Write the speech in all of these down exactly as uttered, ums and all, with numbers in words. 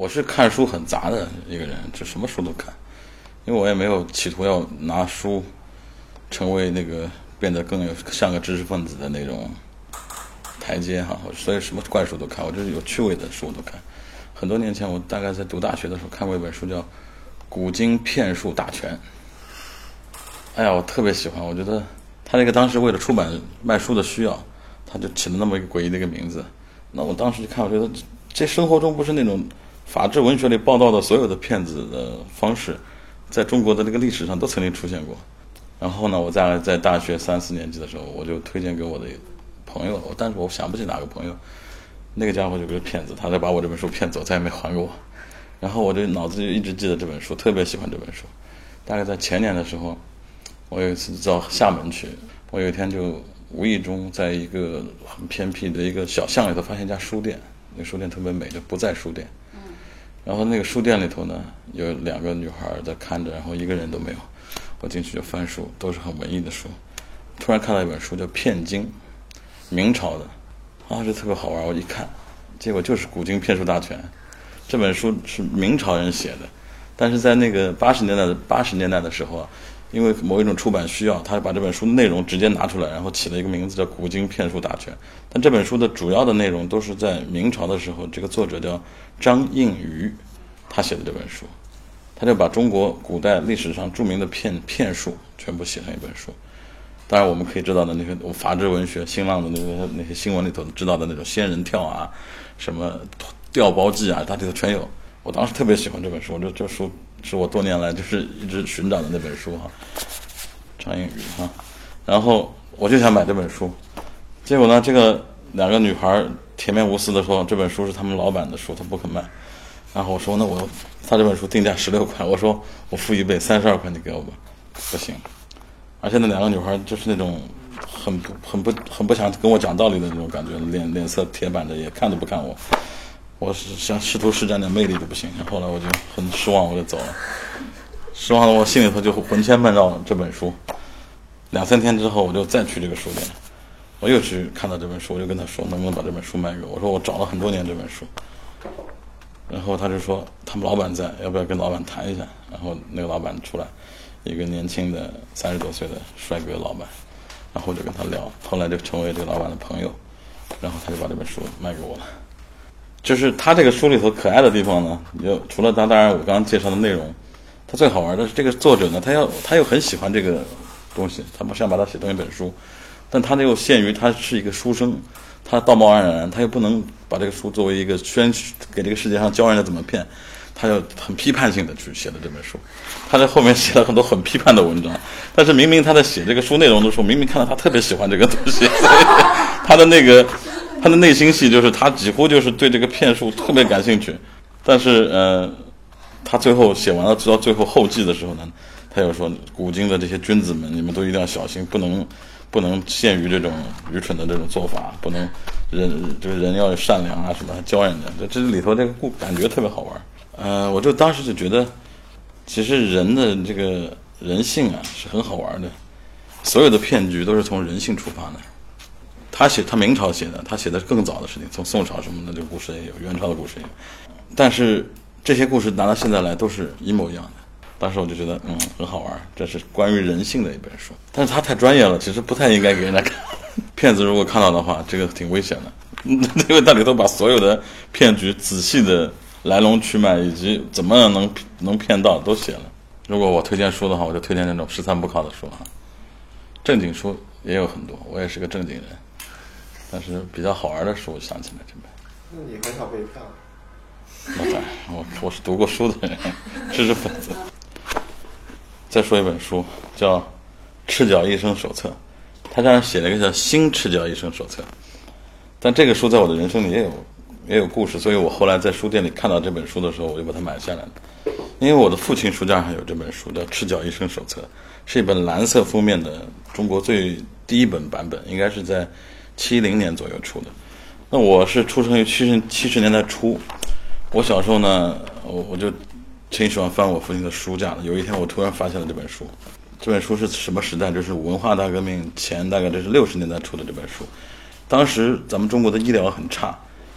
我是看书很杂的一个人，就什么书都看，因为我也没有企图要拿书成为那个变得更有像个知识分子的那种台阶哈，所以什么怪书都看，我就是有趣味的书我都看。很多年前，我大概在读大学的时候看过一本书叫《古今骗术大全》。哎呀，我特别喜欢，我觉得他那个当时为了出版卖书的需要，他就起了那么一个诡异的一个名字。那我当时就看，我觉得这生活中不是那种法制文学里报道的所有的骗子的方式，在中国的这个历史上都曾经出现过。然后呢，我在在大学三四年级的时候，我就推荐给我的朋友，但是我想不起哪个朋友。那个家伙就是骗子，他就把我这本书骗走，再也没还给我。然后我就脑子就一直记得这本书，特别喜欢这本书。大概在前年的时候，我有一次到厦门去，我有一天就无意中在一个很偏僻的一个小巷里头发现一家书店，那个书店特别美，就不在书店。然后那个书店里头呢，有两个女孩在看着，然后一个人都没有。我进去就翻书，都是很文艺的书。突然看到一本书叫《骗经》，明朝的。啊，这特别好玩！我一看，结果就是《古今骗术大全》。这本书是明朝人写的，但是在那个八十年代的八十年代的时候啊，因为某一种出版需要，他把这本书的内容直接拿出来，然后起了一个名字叫《古今骗术大全》。但这本书的主要的内容都是在明朝的时候，这个作者叫张应余，他写的这本书，他就把中国古代历史上著名的骗骗术全部写成一本书。当然我们可以知道的那些法制文学新浪的那些那些新闻里头知道的那种仙人跳啊，什么调包记啊，它里头全有。我当时特别喜欢这本书，我这这书是我多年来就是一直寻找的那本书哈，张应余哈。然后我就想买这本书，结果呢，这个两个女孩铁面无私的说这本书是他们老板的书，他不肯卖。然后我说那我他这本书定价十六块，我说我付一倍三十二块你给我吧，不行。而且那两个女孩就是那种很不很不很不想跟我讲道理的那种感觉，脸脸色铁板的，也看都不看我。我是想试图施展点魅力都不行，后来我就很失望，我就走了。失望的我心里头就魂牵梦绕这本书。两三天之后，我就再去这个书店，我又去看到这本书，我就跟他说能不能把这本书卖给我。我说我找了很多年这本书，然后他就说他们老板在，要不要跟老板谈一下？然后那个老板出来。一个年轻的三十多岁的帅哥老板，然后我就跟他聊，后来就成为这个老板的朋友，然后他就把这本书卖给我了。就是他这个书里头可爱的地方呢，有除了他当然我刚刚介绍的内容，他最好玩的是这个作者呢，他要他又很喜欢这个东西，他不想把它写成一本书，但他又限于他是一个书生，他道貌岸然，他又不能把这个书作为一个宣给这个世界上教人家怎么骗。他要很批判性的去写的这本书，他在后面写了很多很批判的文章，但是明明他在写这个书内容的时候，明明看到他特别喜欢这个东西，所以他的那个他的内心戏就是他几乎就是对这个骗术特别感兴趣，但是呃，他最后写完了，直到最后后记的时候呢，他又说古今的这些君子们，你们都一定要小心，不能不能陷于这种愚蠢的这种做法，不能人就是人要善良啊什么教人家，这这里头这个故感觉特别好玩。呃，我就当时就觉得，其实人的这个人性啊是很好玩的，所有的骗局都是从人性出发的。他写他明朝写的，他写的是更早的事情，从宋朝什么的这个故事也有，元朝的故事也有，但是这些故事拿到现在来都是一模一样的。当时我就觉得嗯很好玩，这是关于人性的一本书，但是他太专业了，其实不太应该给人家看。骗子如果看到的话，这个挺危险的，因为他里头把所有的骗局仔细的来龙去脉以及怎么样能能骗到都写了。如果我推荐书的话，我就推荐那种十三不靠的书啊，正经书也有很多，我也是个正经人，但是比较好玩的书我想起来这本。 那你很少被骗了？ 那当然，我我是读过书的人，知识分子。再说一本书叫《赤脚医生手册》，他这样写了一个叫《新赤脚医生手册》，但这个书在我的人生里也有也有故事，所以我后来在书店里看到这本书的时候，我就把它买下来了。因为我的父亲书架上有这本书叫《赤脚医生手册》，是一本蓝色封面的中国最第一本版本，应该是在七零年左右出的。那我是出生于七十七十年代初，我小时候呢，我我就挺喜欢翻我父亲的书架的。有一天我突然发现了这本书，这本书是什么时代？就是文化大革命前，大概这是六十年代出的这本书。当时咱们中国的医疗很差，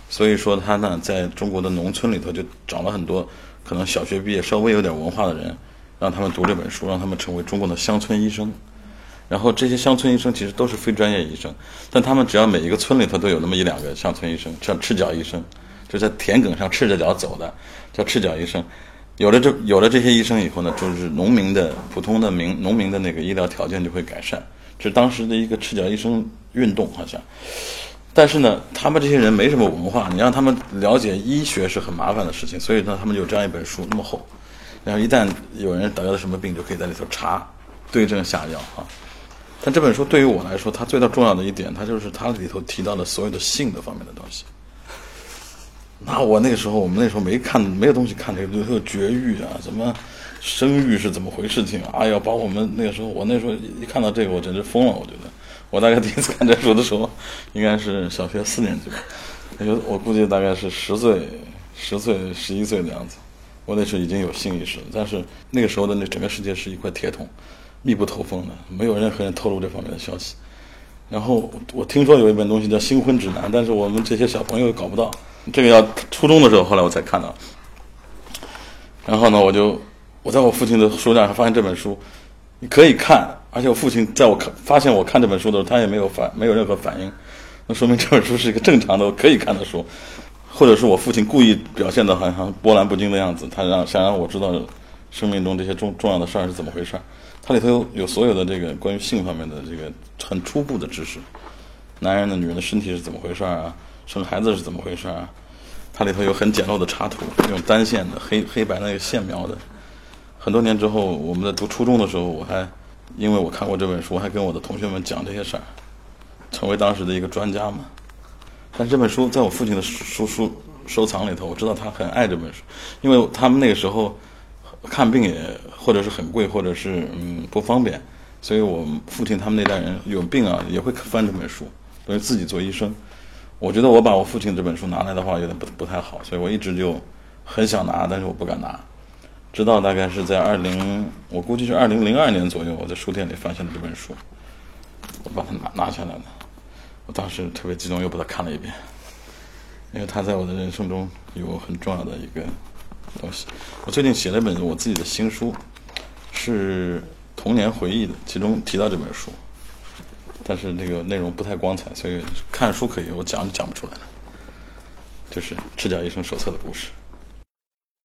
所以说他呢，在中国的农村里头就找了很多可能小学毕业、稍微有点文化的人，让他们读这本书，让他们成为中国的乡村医生。然后这些乡村医生其实都是非专业医生，但他们只要每一个村里头都有那么一两个乡村医生，叫赤脚医生，就在田埂上赤着脚走的，叫赤脚医生。有了这有了这些医生以后呢，就是农民的普通的民农民的那个医疗条件就会改善，这是当时的一个赤脚医生运动好像。但是呢，他们这些人没什么文化，你让他们了解医学是很麻烦的事情，所以呢，他们有这样一本书那么厚，然后一旦有人得了什么病，就可以在里头查，对症下药啊。但这本书对于我来说，它最大重要的一点，它就是它里头提到的所有的性的方面的东西。那我那个时候，我们那时候没看，没有东西看这个，里头有绝育啊，什么生育是怎么回事情啊？哎呀，把我们那个时候，我那时候一看到这个，我简直疯了。我觉得，我大概第一次看这书的时候，应该是小学四年级吧。那时候我估计大概是十岁、十岁、十一岁的样子。我那时候已经有性意识了，但是那个时候的那整个世界是一块铁桶。密不透风的，没有任何人透露这方面的消息。然后我听说有一本东西叫《新婚指南》，但是我们这些小朋友搞不到。这个要初中的时候，后来我才看到。然后呢，我就我在我父亲的书架上发现这本书，你可以看，而且我父亲在我看发现我看这本书的时候，他也没有反没有任何反应，那说明这本书是一个正常的可以看的书，或者是我父亲故意表现的好像波澜不惊的样子，他让想让我知道生命中这些重重要的事儿是怎么回事。它里头有有所有的这个关于性方面的这个很初步的知识，男人的女人的身体是怎么回事啊，生孩子是怎么回事啊。它里头有很简陋的插图，用单线的黑黑白那个线描的。很多年之后，我们在读初中的时候，我还因为我看过这本书，我还跟我的同学们讲这些事儿，成为当时的一个专家嘛。但这本书在我父亲的书书收藏里头，我知道他很爱这本书，因为他们那个时候看病也或者是很贵，或者是嗯不方便，所以我父亲他们那代人有病啊也会翻这本书，所以自己做医生。我觉得我把我父亲这本书拿来的话有点不不太好，所以我一直就很想拿，但是我不敢拿。直到大概是在二零，我估计是二零零二年左右，我在书店里发现了这本书，我把它拿拿下来了。我当时特别激动，又把它看了一遍，因为它在我的人生中有很重要的一个东西。我最近写了一本我自己的新书，是童年回忆的，其中提到这本书，但是那个内容不太光彩，所以看书可以，我讲就讲不出来了。就是《赤脚医生手册》的故事。